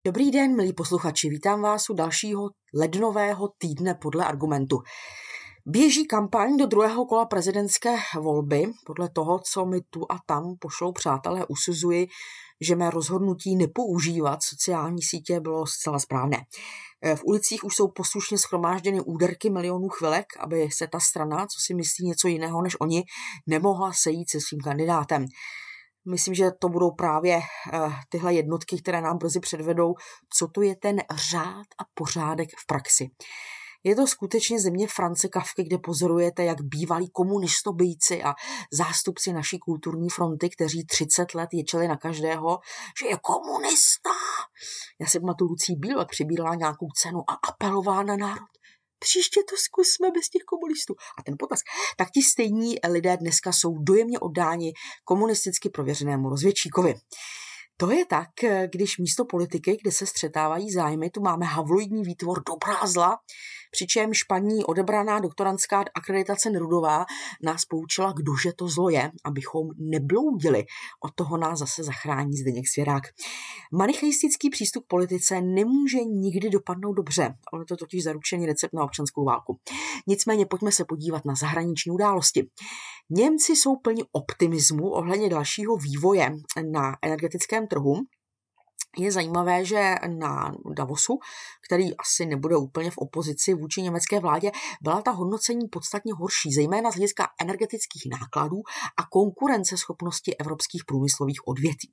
Dobrý den, milí posluchači, vítám vás u dalšího lednového týdne podle Argumentu. Běží kampaň do druhého kola prezidentské volby. Podle toho, co mi tu a tam pošlou přátelé, usuzuji, že mé rozhodnutí nepoužívat sociální sítě bylo zcela správné. V ulicích už jsou poslušně shromážděny úderky milionů chvilek, aby se ta strana, co si myslí něco jiného než oni, nemohla sejít se svým kandidátem. Myslím, že to budou právě tyhle jednotky, které nám brzy předvedou, co to je ten řád a pořádek v praxi. Je to skutečně země Franze Kafky, kde pozorujete, jak bývalí komunistobijci a zástupci naší kulturní fronty, kteří 30 let ječeli na každého, že je komunista. Já si pamatuju Lucí Bíl, jak přibírala nějakou cenu a apelovala na národ. Příště to zkusme bez těch komunistů. A ten potaz. Tak ti stejní lidé dneska jsou dojemně oddáni komunisticky prověřenému rozvědčíkovi. To je tak, když místo politiky, kde se střetávají zájmy, tu máme havloidní výtvor dobra a zla, přičemž paní odebraná doktorantská akreditace Nerudová nás poučila, kdože to zlo je, abychom nebloudili. Od toho nás zase zachrání Zdeněk Svěrák. Manicheistický přístup k politice nemůže nikdy dopadnout dobře. On je to totiž zaručený recept na občanskou válku. Nicméně pojďme se podívat na zahraniční události. Němci jsou plni optimismu ohledně dalšího vývoje na energetickém trhu. Je zajímavé, že na Davosu, který asi nebude úplně v opozici vůči německé vládě, byla ta hodnocení podstatně horší, zejména z hlediska energetických nákladů a konkurenceschopnosti evropských průmyslových odvětví.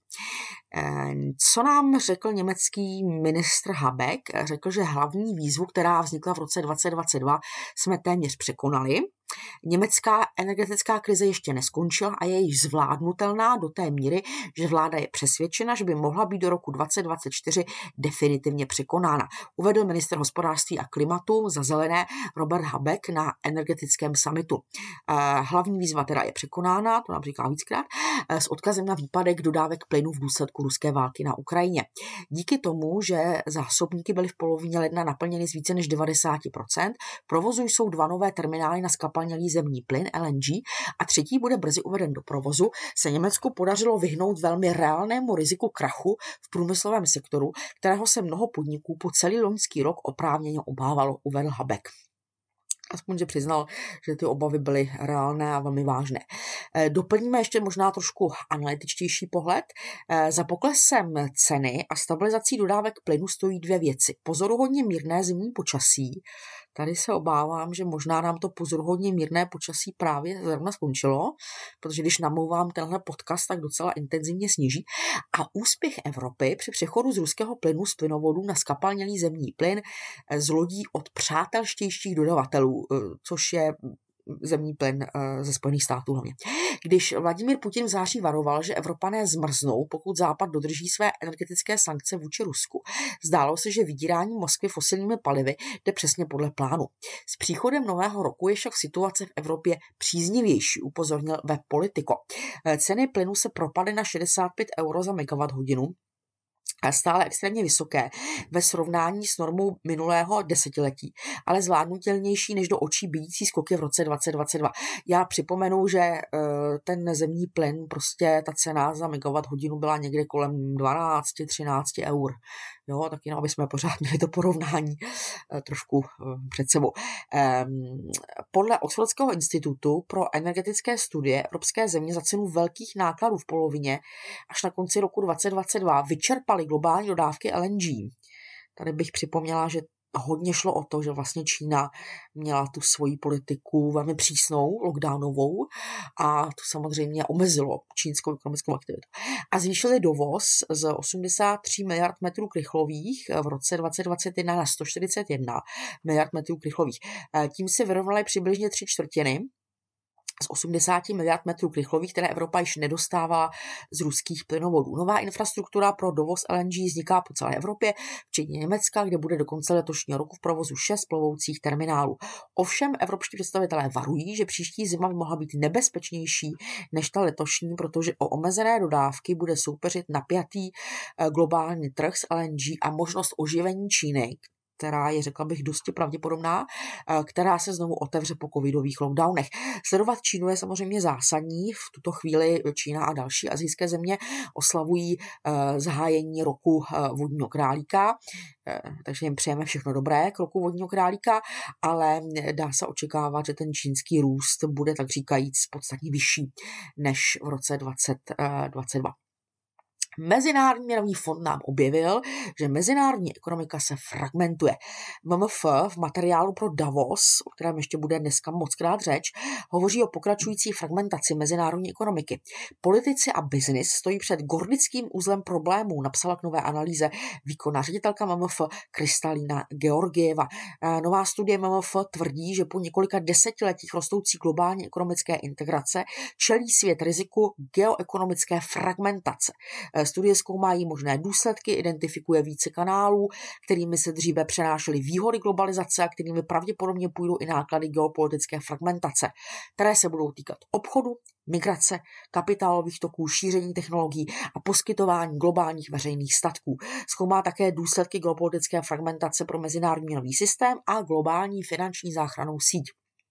Co nám řekl německý ministr Habeck? Řekl, že hlavní výzvu, která vznikla v roce 2022, jsme téměř překonali. Německá energetická krize ještě neskončila a je již zvládnutelná do té míry, že vláda je přesvědčena, že by mohla být do roku 2024 definitivně překonána. Uvedl ministr hospodářství a klimatu za zelené Robert Habeck na energetickém summitu. Hlavní výzva teda je překonána, to nám říká víckrát, s odkazem na výpadek dodávek plynu v důsledku ruské války na Ukrajině. Díky tomu, že zásobníky byly v polovině ledna naplněny z více než 90%, v provozu jsou 2 nové terminály na skapalnělý zemní plyn LNG a 3. bude brzy uveden do provozu, se Německu podařilo vyhnout velmi reálnému riziku krachu v průmyslovém sektoru, kterého se mnoho podniků po celý loňský rok oprávněně obávalo, uvedl Habeck. Aspoň, že přiznal, že ty obavy byly reálné a velmi vážné. Doplníme ještě možná trošku analytičtější pohled. Za poklesem ceny a stabilizací dodávek plynu stojí 2 věci. Pozoruhodně mírné zimní počasí. Tady se obávám, že možná nám to pozoruhodně mírné počasí právě zrovna skončilo, protože když namouvám tenhle podcast, tak docela intenzivně sněží. A úspěch Evropy při přechodu z ruského plynu z plynovodů na skapalnělý zemní plyn z lodí od přátelštějších dodavatelů, což je zemní plyn ze Spojených států hlavně. Když Vladimír Putin v září varoval, že Evropané zmrznou, pokud Západ dodrží své energetické sankce vůči Rusku, zdálo se, že vydírání Moskvy fosilními palivy jde přesně podle plánu. S příchodem nového roku je však situace v Evropě příznivější, upozornil web Politico. Ceny plynu se propadly na 65 euro za megawatt-hodinu, stále extrémně vysoké ve srovnání s normou minulého desetiletí, ale zvládnutelnější než do očí bijící skoky v roce 2022. Já připomenu, že ten zemní plyn, prostě ta cena za megawatt hodinu byla někde kolem 12-13 eur. Jo, tak jenom, aby jsme pořád měli to porovnání trošku před sebou. Podle Oxfordského institutu pro energetické studie evropské země za cenu velkých nákladů v polovině až na konci roku 2022 vyčerpaly globální dodávky LNG. Tady bych připomněla, že hodně šlo o to, že vlastně Čína měla tu svoji politiku velmi přísnou, lockdownovou, a to samozřejmě omezilo čínskou ekonomickou aktivitu. A zvýšili dovoz z 83 miliard metrů krychlových v roce 2021 na 141 miliard metrů krychlových. Tím se vyrovnaly přibližně 3/4 z 80 miliard metrů krychlových, které Evropa již nedostávala z ruských plynovodů. Nová infrastruktura pro dovoz LNG vzniká po celé Evropě, včetně Německa, kde bude do konce letošního roku v provozu 6 plovoucích terminálů. Ovšem evropští představitelé varují, že příští zima by mohla být nebezpečnější než ta letošní, protože o omezené dodávky bude soupeřit napjatý globální trh s LNG a možnost oživení Číny, která je, řekla bych, dosti pravděpodobná, která se znovu otevře po covidových lockdownech. Sledovat Čínu je samozřejmě zásadní. V tuto chvíli Čína a další asijské země oslavují zahájení roku vodního králíka, takže jim přejeme všechno dobré k roku vodního králíka, ale dá se očekávat, že ten čínský růst bude tak říkajíc podstatně vyšší než v roce 2022. Mezinárodní měnový fond nám objevil, že mezinárodní ekonomika se fragmentuje. MMF v materiálu pro Davos, o kterém ještě bude dneska mockrát řeč, hovoří o pokračující fragmentaci mezinárodní ekonomiky. Politici a biznis stojí před gordickým uzlem problémů, napsala k nové analýze výkonná ředitelka MMF Kristalína Georgieva. Nová studie MMF tvrdí, že po několika desetiletích rostoucí globální ekonomické integrace čelí svět riziku geoekonomické fragmentace. Studie zkoumají možné důsledky, identifikuje více kanálů, kterými se dříve přenášely výhody globalizace a kterými pravděpodobně půjdou i náklady geopolitické fragmentace, které se budou týkat obchodu, migrace, kapitálových toků, šíření technologií a poskytování globálních veřejných statků. Zkoumá také důsledky geopolitické fragmentace pro mezinárodní měnový systém a globální finanční záchrannou síť.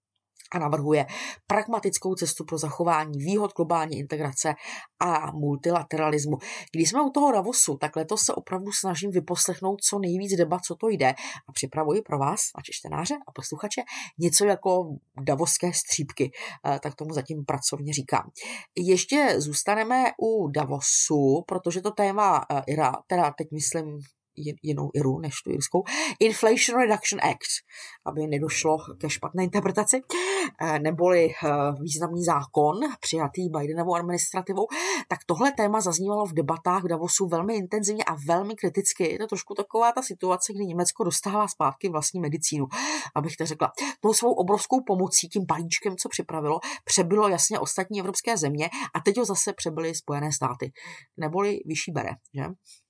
A navrhuje pragmatickou cestu pro zachování výhod globální integrace a multilateralismu. Když jsme u toho Davosu, tak letos se opravdu snažím vyposlechnout co nejvíc debat, co to jde, a připravuji pro vás, naše čtenáře a posluchače, něco jako davoské střípky, tak tomu zatím pracovně říkám. Ještě zůstaneme u Davosu, protože to téma IRA, teda teď myslím jinou IRU než tu irskou, Inflation Reduction Act, aby nedošlo ke špatné interpretaci, neboli významný zákon přijatý Bidenovou administrativou, tak tohle téma zaznívalo v debatách v Davosu velmi intenzivně a velmi kriticky. Je to trošku taková ta situace, kdy Německo dostává zpátky vlastní medicínu, abych to řekla. Tou svou obrovskou pomocí, tím balíčkem, co připravilo, přebylo jasně ostatní evropské země a teď ho zase přebyly Spojené státy, neboli vyšší bere, že?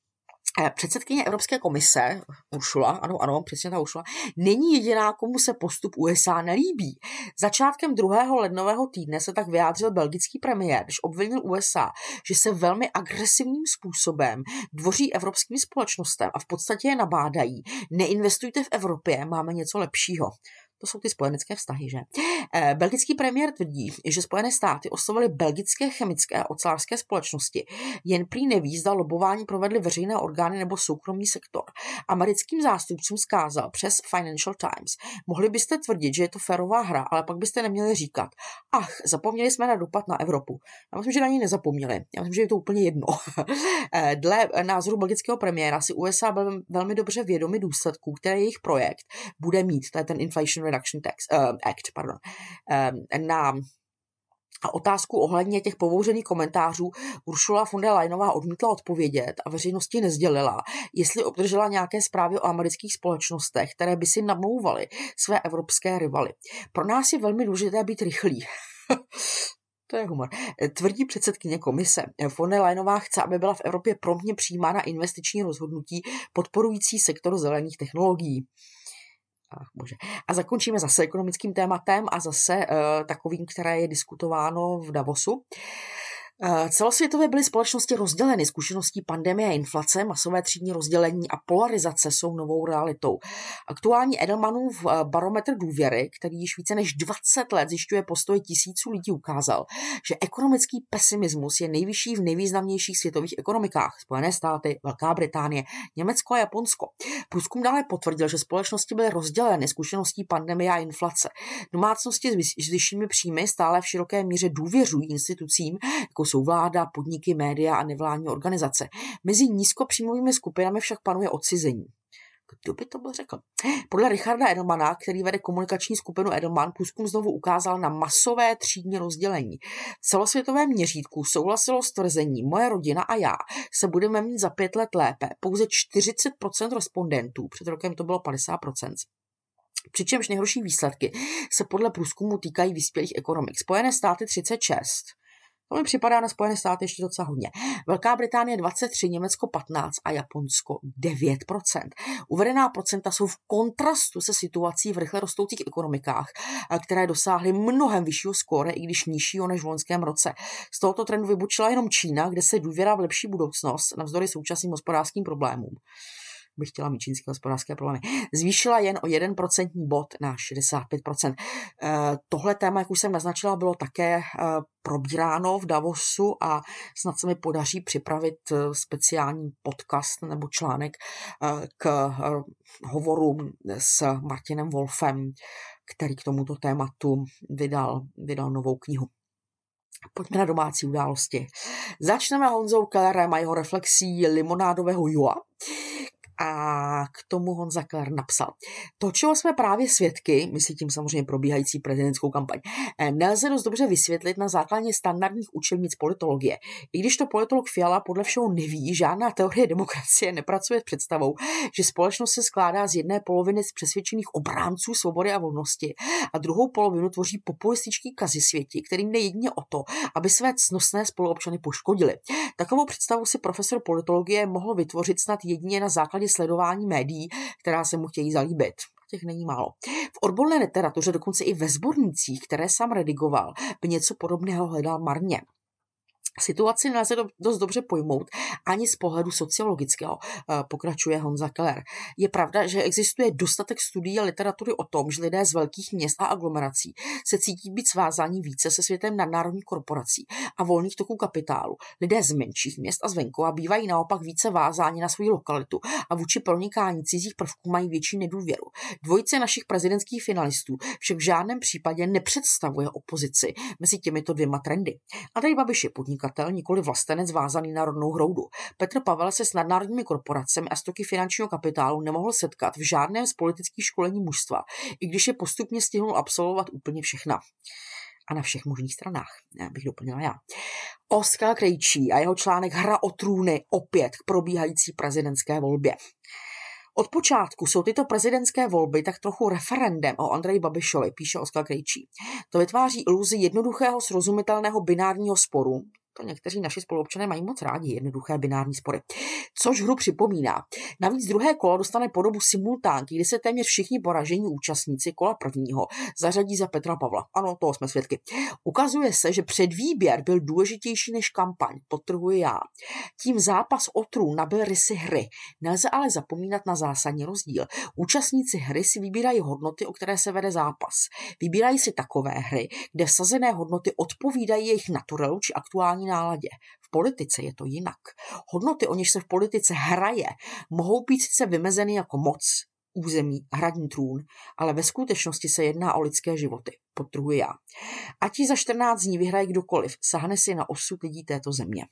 Předsedkyně Evropské komise, Ursula, ano, přesně ta Ursula, není jediná, komu se postup USA nelíbí. Začátkem 2. lednového týdne se tak vyjádřil belgický premiér, když obvinil USA, že se velmi agresivním způsobem dvoří evropským společnostem a v podstatě je nabádají. Neinvestujte v Evropě, máme něco lepšího. To jsou ty spojenecké vztahy, že? Belgický premiér tvrdí, že Spojené státy oslovily belgické chemické a ocelářské společnosti. Jen prý neví, zda lobování provedly veřejné orgány nebo soukromý sektor. Americkým zástupcům vzkázal přes Financial Times: mohli byste tvrdit, že je to férová hra, ale pak byste neměli říkat: ach, zapomněli jsme na dopad na Evropu. Já myslím, že na ní nezapomněli. Já myslím, že je to úplně jedno. Dle názoru belgického premiéra si USA byl velmi dobře vědomi důsledků, které jejich projekt bude mít. To je ten Inflation Reduction Act. Na otázku ohledně těch pobouřených komentářů Ursula von der Leyenová odmítla odpovědět a veřejnosti nezdělila, jestli obdržela nějaké zprávy o amerických společnostech, které by si namlouvaly své evropské rivaly. Pro nás je velmi důležité být rychlí. To je humor. Tvrdí předsedkyně komise. Von der Leyenová chce, aby byla v Evropě promptně přijímána investiční rozhodnutí podporující sektor zelených technologií. Bože. A zakončíme zase ekonomickým tématem a zase takovým, které je diskutováno v Davosu. Celosvětově byly společnosti rozděleny. Zkušeností pandemie a inflace, masové třídní rozdělení a polarizace jsou novou realitou. Aktuální Edelmanův barometr důvěry, který již více než 20 let zjišťuje postoje tisíců lidí, ukázal, že ekonomický pesimismus je nejvyšší v nejvýznamnějších světových ekonomikách: Spojené státy, Velká Británie, Německo a Japonsko. Průzkum dále potvrdil, že společnosti byly rozděleny zkušeností pandemie a inflace. Domácnosti s vyššími příjmy stále v široké míře důvěřují institucím, jako jsou vláda, podniky, média a nevládní organizace. Mezi nízkopříjmovými skupinami však panuje odcizení. Kdo by to byl řekl? Podle Richarda Edelmana, který vede komunikační skupinu Edelman, průzkum znovu ukázal na masové třídní rozdělení. V celosvětovém měřítku souhlasilo s tvrzením: moje rodina a já se budeme mít za 5 let lépe. Pouze 40% respondentů, před rokem to bylo 50%. Přičemž nejhorší výsledky se podle průzkumu týkají vyspělých ekonomik. Spojené státy 36%. To mi připadá na Spojené státy ještě docela hodně. Velká Británie 23%, Německo 15% a Japonsko 9%. Uvedená procenta jsou v kontrastu se situací v rychle rostoucích ekonomikách, které dosáhly mnohem vyššího skóre, i když nižšího než v loňském roce. Z tohoto trendu vybočila jenom Čína, kde se důvěra v lepší budoucnost navzdory současným hospodářským problémům. bych chtěla mít čínské hospodářské problémy, zvýšila jen o 1% bod na 65%. Tohle téma, jak už jsem naznačila, bylo také probíráno v Davosu a snad se mi podaří připravit speciální podcast nebo článek k hovoru s Martinem Wolfem, který k tomuto tématu vydal novou knihu. Pojďme na domácí události. Začneme Honzou Kellerem a jeho reflexí limonádového jua. A k tomu Honza Keller napsal: to, čeho jsme právě svědky, myslí tím samozřejmě probíhající prezidentskou kampaň, nelze dost dobře vysvětlit na základě standardních učebnic politologie. I když to politolog Fiala podle všeho neví, žádná teorie demokracie nepracuje s představou, že společnost se skládá z jedné poloviny z přesvědčených obránců svobody a volnosti a druhou polovinu tvoří populističtí kazisvěti, kterým jde jedině o to, aby své ctnostné spoluobčany poškodili. Takovou představu si profesor politologie mohl vytvořit snad jedině na základě sledování médií, která se mu chtějí zalíbit. Těch není málo. V odborné literatuře, dokonce i ve sbornících, které sám redigoval, by něco podobného hledal marně. Situaci nelze dost dobře pojmout ani z pohledu sociologického, pokračuje Honza Keller. Je pravda, že existuje dostatek studií a literatury o tom, že lidé z velkých měst a aglomerací se cítí být svázáni více se světem nadnárodních korporací a volných toků kapitálu. Lidé z menších měst a zvenkova bývají naopak více vázáni na svou lokalitu a vůči pronikání cizích prvků mají větší nedůvěru. Dvojice našich prezidentských finalistů však v žádném případě nepředstavuje opozici mezi těmito dvěma trendy. Andrej Babiš je podnikatel, nikoli vlastenec vázaný na rodnou hroudu. Petr Pavel se s nadnárodními korporacemi a stoky finančního kapitálu nemohl setkat v žádném z politických školení mužstva, i když je postupně stihnul absolvovat úplně všechna. A na všech možných stranách, bych doplnila já. Oskar Krejčí a jeho článek Hra o trůny opět k probíhající prezidentské volbě. Od počátku jsou tyto prezidentské volby tak trochu referendem o Andreji Babišovi, píše Oskar Krejčí. To vytváří iluzi jednoduchého, srozumitelného binárního sporu. To někteří naši spoluobčané mají moc rádi, jednoduché binární spory. Což hru připomíná. Navíc druhé kolo dostane podobu simultánky, kdy se téměř všichni poražení účastníci kola prvního zařadí za Petra Pavla. Ano, toho jsme svědky. Ukazuje se, že předvýběr byl důležitější než kampaň, podtrhuji já. Tím zápas o trůn nabyl rysy hry. Nelze ale zapomínat na zásadní rozdíl. Účastníci hry si vybírají hodnoty, o které se vede zápas. Vybírají si takové hry, kde vsazené hodnoty odpovídají jejich naturelu či aktuální náladě. V politice je to jinak. Hodnoty, o něž se v politice hraje, mohou být sice vymezeny jako moc, území, hradní trůn, ale ve skutečnosti se jedná o lidské životy, podtrhuji já. Ať ji za 14 dní vyhraje kdokoliv, sáhne si na osud lidí této země.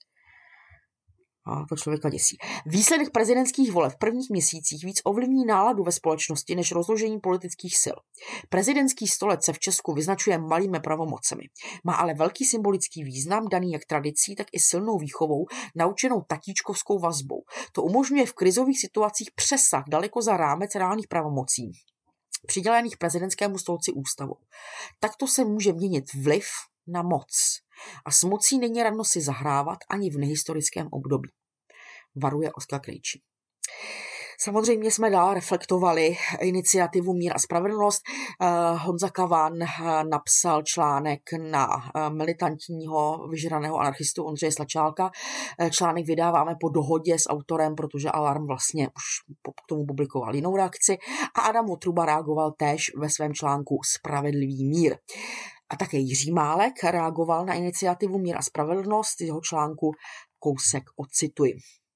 A to člověka děsí. Výsledek prezidentských voleb v prvních měsících víc ovlivní náladu ve společnosti než rozložení politických sil. Prezidentský stolec se v Česku vyznačuje malými pravomocemi. Má ale velký symbolický význam daný jak tradicí, tak i silnou výchovou, naučenou tatíčkovskou vazbou. To umožňuje v krizových situacích přesah daleko za rámec reálných pravomocí, přidělených prezidentskému stolci ústavou. Takto se může měnit vliv na moc. A s mocí není radno si zahrávat ani v nehistorickém období. Varuje Oskar Krejčí. Samozřejmě jsme dál reflektovali iniciativu Mír a spravedlnost. Honza Kavan napsal článek na militantního vyžraného anarchistu Ondřeje Slačálka. Článek vydáváme po dohodě s autorem, protože Alarm vlastně už k tomu publikoval jinou reakci. A Adam Votruba reagoval též ve svém článku Spravedlivý mír. A také Jiří Málek reagoval na iniciativu Mír a spravedlnost, jeho článku kousek ocituji.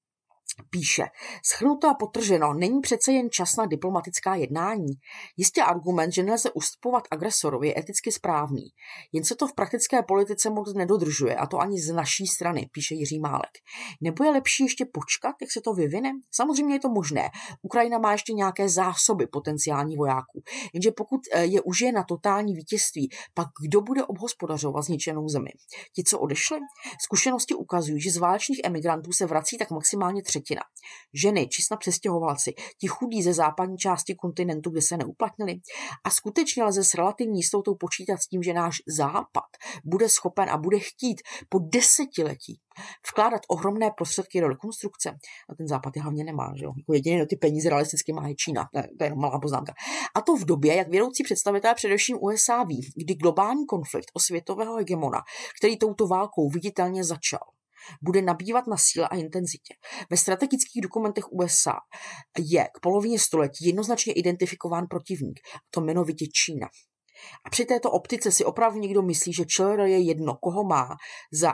Píše, shrnuto a potrženo, není přece jen čas na diplomatická jednání. Jistě argument, že nelze ustupovat agresorovi, je eticky správný. Jen se to v praktické politice moc nedodržuje, a to ani z naší strany, píše Jiří Málek. Nebo je lepší ještě počkat, jak se to vyvine? Samozřejmě je to možné. Ukrajina má ještě nějaké zásoby potenciální vojáků. Jenže pokud je užije na totální vítězství, pak kdo bude obhospodařovat zničenou zemi? Ti, co odešli? Zkušenosti ukazují, že z válečných emigrantů se vrací tak maximálně třetina. Ženy či snad přestěhovalci, ti chudí ze západní části kontinentu, kde se neuplatnili. A skutečně lze s relativní jistotou počítat s tím, že náš západ bude schopen a bude chtít po desetiletí vkládat ohromné prostředky do rekonstrukce. A ten západ je hlavně nemá, že jo? Jako jediný, kdo ty peníze realisticky má, je Čína. To je jenom malá poznámka. A to v době, jak vědoucí představitelé především USA ví, kdy globální konflikt o světového hegemona, který touto válkou viditelně začal, bude nabývat na síle a intenzitě. Ve strategických dokumentech USA je k polovině století jednoznačně identifikován protivník, to jmenovitě Čína. A při této optice si opravdu někdo myslí, že ČR je jedno, koho má za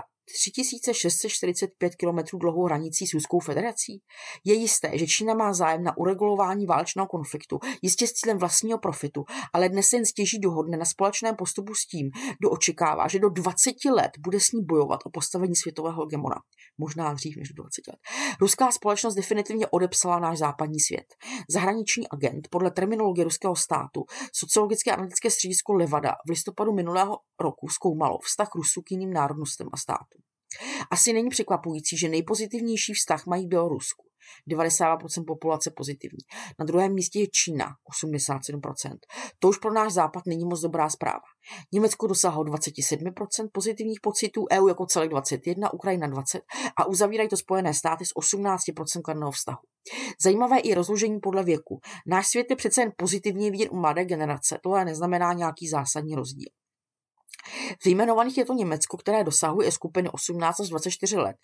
3645 km dlouhou hranicí s Ruskou federací? Je jisté, že Čína má zájem na uregulování válečného konfliktu, jistě s cílem vlastního profitu, ale dnes se jen stěží dohodne na společném postupu s tím, kdo očekává, že do 20 let bude s ní bojovat o postavení světového hegemona. Možná dřív než do 20 let. Ruská společnost definitivně odepsala náš západní svět. Zahraniční agent podle terminologie ruského státu sociologické analytické středisko Levada v listopadu minulého roku zkoumalo vztah Rusů k jiným národnostem a státům. Asi není překvapující, že nejpozitivnější vztah mají Bělorusku. 92% populace pozitivní. Na druhém místě je Čína, 87%. To už pro náš západ není moc dobrá zpráva. Německo dosáhlo 27% pozitivních pocitů, EU jako celek 21%, Ukrajina 20% a uzavírají to Spojené státy s 18% kladného vztahu. Zajímavé i rozložení podle věku. Náš svět je přece jen pozitivně vidět u mladé generace, tohle neznamená nějaký zásadní rozdíl. Vyjmenovaných je to Německo, které dosahuje skupiny 18 až 24 let,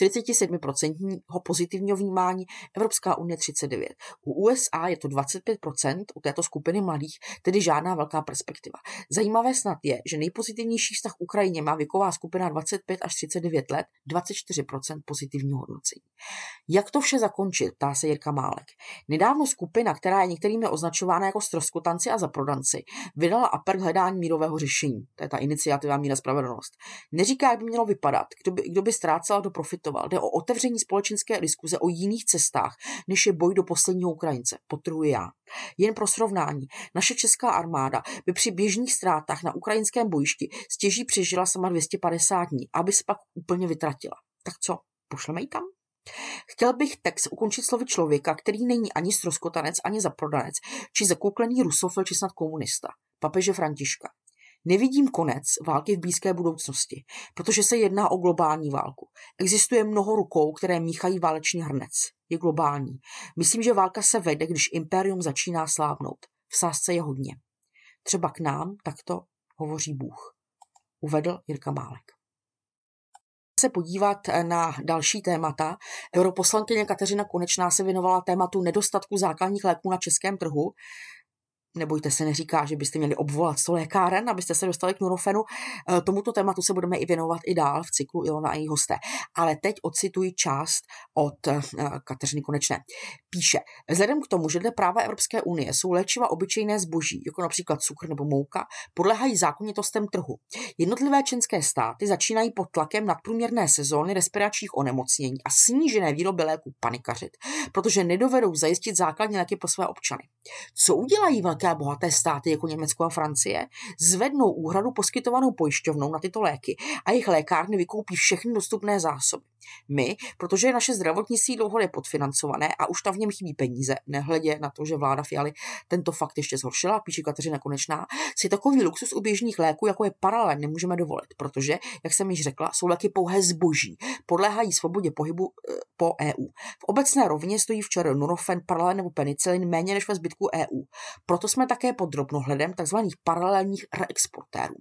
47% pozitivního vnímání, Evropská unie 39%. U USA je to 25% u této skupiny mladých, tedy žádná velká perspektiva. Zajímavé snad je, že nejpozitivnější vztah Ukrajině má věková skupina 25 až 39 let, 24% pozitivního hodnocení. Jak to vše zakončit, ptá se Jirka Málek. Nedávno skupina, která je některými označována jako ztroskotanci a zaprodanci, vydala apel k hledání mírového řešení. To je ta iniciativa Míra spravedlnost. Neříká, jak by mělo vypadat, kdo by ztrácel a kdo profitoval. Jde o otevření společenské diskuze o jiných cestách, než je boj do posledního Ukrajince. Podtrhuji já. Jen pro srovnání, naše česká armáda by při běžných ztrátách na ukrajinském bojišti stěží přežila sama 250 dní, aby se pak úplně vytratila. Tak co, pošleme ji tam? Chtěl bych text ukončit slovy člověka, který není ani ztroskotanec, ani zaprodanec, či zakouklený rusofil, či snad komunista. Papeže Františka. Nevidím konec války v blízké budoucnosti, protože se jedná o globální válku. Existuje mnoho rukou, které míchají válečný hrnec. Je globální. Myslím, že válka se vede, když impérium začíná slábnout. V sázce je hodně. Třeba k nám takto hovoří Bůh. Uvedl Jirka Málek. Se podívat na další témata. Europoslankyně Kateřina Konečná se věnovala tématu nedostatku základních léků na českém trhu. Nebojte se, neříká, že byste měli obvolat 100 lékáren, abyste se dostali k Nurofenu. Tomuto tématu se budeme i věnovat i dál v cyklu Ilona a její hosté. Ale teď ocituji část od Kateřiny Konečné. Píše, vzhledem k tomu, že dle práva Evropské unie jsou léčiva obyčejné zboží, jako například cukr nebo mouka, podléhají zákonitostem trhu. Jednotlivé členské státy začínají pod tlakem nadprůměrné sezóny respiračních onemocnění a snížené výroby léků panikařit, protože nedovedou zajistit základní léky pro své občany. Co udělají velké a bohaté státy jako Německo a Francie? Zvednou úhradu poskytovanou pojišťovnou na tyto léky a jejich lékárny vykoupí všechny dostupné zásoby. My, protože je naše zdravotnictví dlouhodobě podfinancované a už tam v něm chybí peníze, nehledě na to, že vláda Fialy tento fakt ještě zhoršila, píše Kateřina Konečná, si takový luxus u běžných léků, jako je Paralen, nemůžeme dovolit, protože, jak jsem již řekla, jsou léky pouhé zboží, podléhají svobodě pohybu po EU. V obecné rovině stojí v ČR Nurofen, Paralen nebo penicilin méně než ve zbytku EU. Proto jsme také pod drobnohledem tzv. Paralelních reexportérů.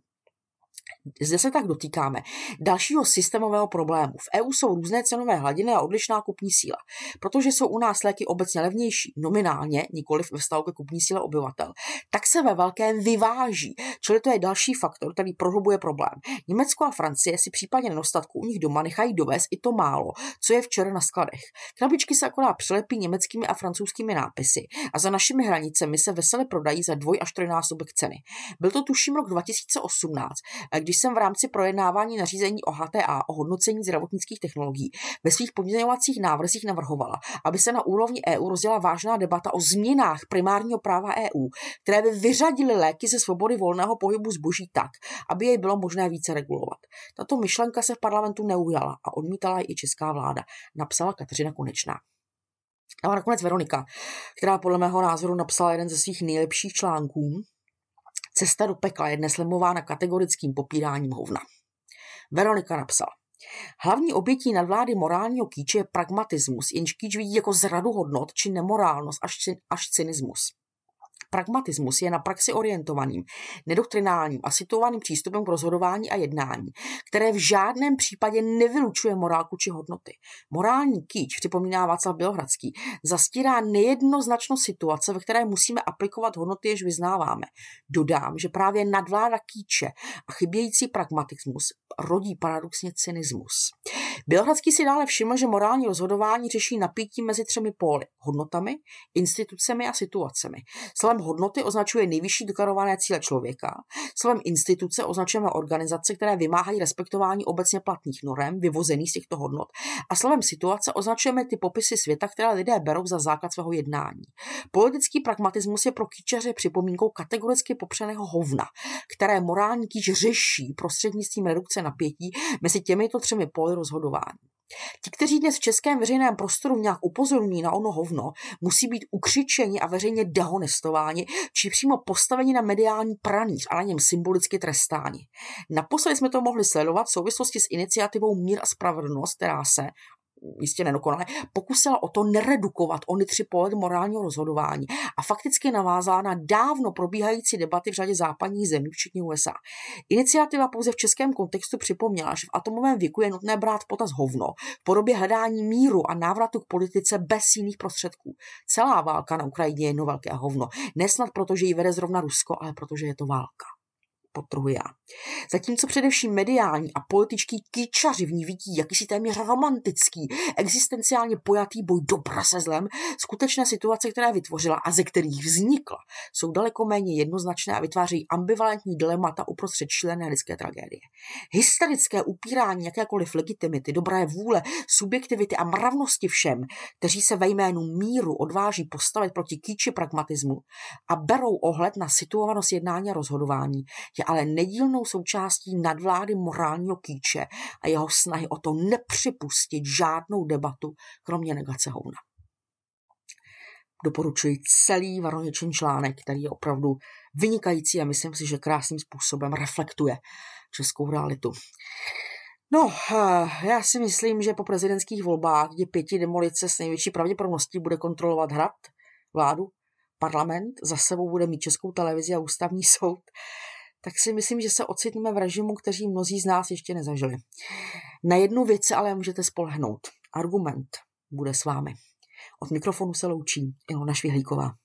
Zde se tak dotýkáme dalšího systémového problému. V EU jsou různé cenové hladiny a odlišná kupní síla. Protože jsou u nás léky obecně levnější, nominálně, nikoliv ve vztahu ke kupní síle obyvatel, tak se ve velkém vyváží. Čili to je další faktor, který prohlubuje problém. Německo a Francie si případně nedostatku u nich doma nechají dovést i to málo, co je včera na skladech. Krabičky se akorát přilepí německými a francouzskými nápisy a za našimi hranicemi se vesele prodají za 2 až 3násobek ceny. Byl to tuším rok 2018, když jsem v rámci projednávání nařízení o HTA o hodnocení zdravotnických technologií ve svých pozměňovacích návrzích navrhovala, aby se na úrovni EU rozjela vážná debata o změnách primárního práva EU, které by vyřadily léky ze svobody volného pohybu zboží tak, aby jej bylo možné více regulovat. Tato myšlenka se v parlamentu neujala a odmítala ji i česká vláda, napsala Kateřina Konečná. A nakonec Veronika, která podle mého názoru napsala jeden ze svých nejlepších článků. Cesta do pekla je dnes lemována kategorickým popíráním hovna. Veronika napsala. Hlavní obětí nadvlády morálního kýče je pragmatismus, jenž kýč vidí jako zradu hodnot či nemorálnost až cynismus. Pragmatismus je na praxi orientovaným, nedoktrinálním a situovaným přístupem k rozhodování a jednání, které v žádném případě nevylučuje morálku či hodnoty. Morální kýč, připomíná Václav Bělohradský, zastírá nejednoznačnost situace, ve které musíme aplikovat hodnoty, jež vyznáváme. Dodám, že právě nadvláda kýče a chybějící pragmatismus rodí paradoxně cynismus. Bělohradský si dále všiml, že morální rozhodování řeší napětí mezi 3 póly: hodnotami, institucemi a situacemi. Slovem hodnoty označuje nejvyšší deklarované cíle člověka, slovem instituce označujeme organizace, které vymáhají respektování obecně platných norem vyvozených z těchto hodnot, a slovem situace označujeme ty popisy světa, které lidé berou za základ svého jednání. Politický pragmatismus je pro kýčaře připomínkou kategoricky popřeného hovna, které morální kýč řeší prostřednictvím redukce napětí mezi těmito 3 póly rozhodování. Ti, kteří dnes v českém veřejném prostoru nějak upozorní na ono hovno, musí být ukřičeni a veřejně dehonestováni, či přímo postaveni na mediální pranýř a na něm symbolicky trestáni. Naposledy jsme to mohli sledovat v souvislosti s iniciativou Mír a spravedlnost, která se jistě nedokonale, pokusila o to neredukovat ony 3 póly morálního rozhodování a fakticky navázala na dávno probíhající debaty v řadě západních zemí, včetně USA. Iniciativa pouze v českém kontextu připomněla, že v atomovém věku je nutné brát v potaz hovno v podobě hledání míru a návratu k politice bez jiných prostředků. Celá válka na Ukrajině je jedno velké hovno. Nesnad proto, že ji vede zrovna Rusko, ale protože je to válka. Podtrhuji já. Zatímco především mediální a političtí kýčaři v ní vidí jakýsi téměř romantický, existenciálně pojatý boj dobra se zlem, skutečné situace, které vytvořila a ze kterých vznikla, jsou daleko méně jednoznačné a vytvářejí ambivalentní dilemata uprostřed šílené lidské tragédie. Hysterické upírání jakékoliv legitimity, dobré vůle, subjektivity a mravnosti všem, kteří se ve jménu míru odváží postavit proti kýči pragmatismu a berou ohled na situovanost jednání a rozhodování, je ale nedílnou součástí nadvlády morálního kýče a jeho snahy o to nepřipustit žádnou debatu, kromě negace hovna. Doporučuji celý Varoničin článek, který je opravdu vynikající a myslím si, že krásným způsobem reflektuje českou realitu. No, já si myslím, že po prezidentských volbách, kdy 5 demolice s největší pravděpodobností bude kontrolovat hrad, vládu, parlament, za sebou bude mít Českou televizi a ústavní soud, tak si myslím, že se ocitneme v režimu, kteří mnozí z nás ještě nezažili. Na jednu věc se ale můžete spolehnout. Argument bude s vámi. Od mikrofonu se loučí Ilona Švihlíková.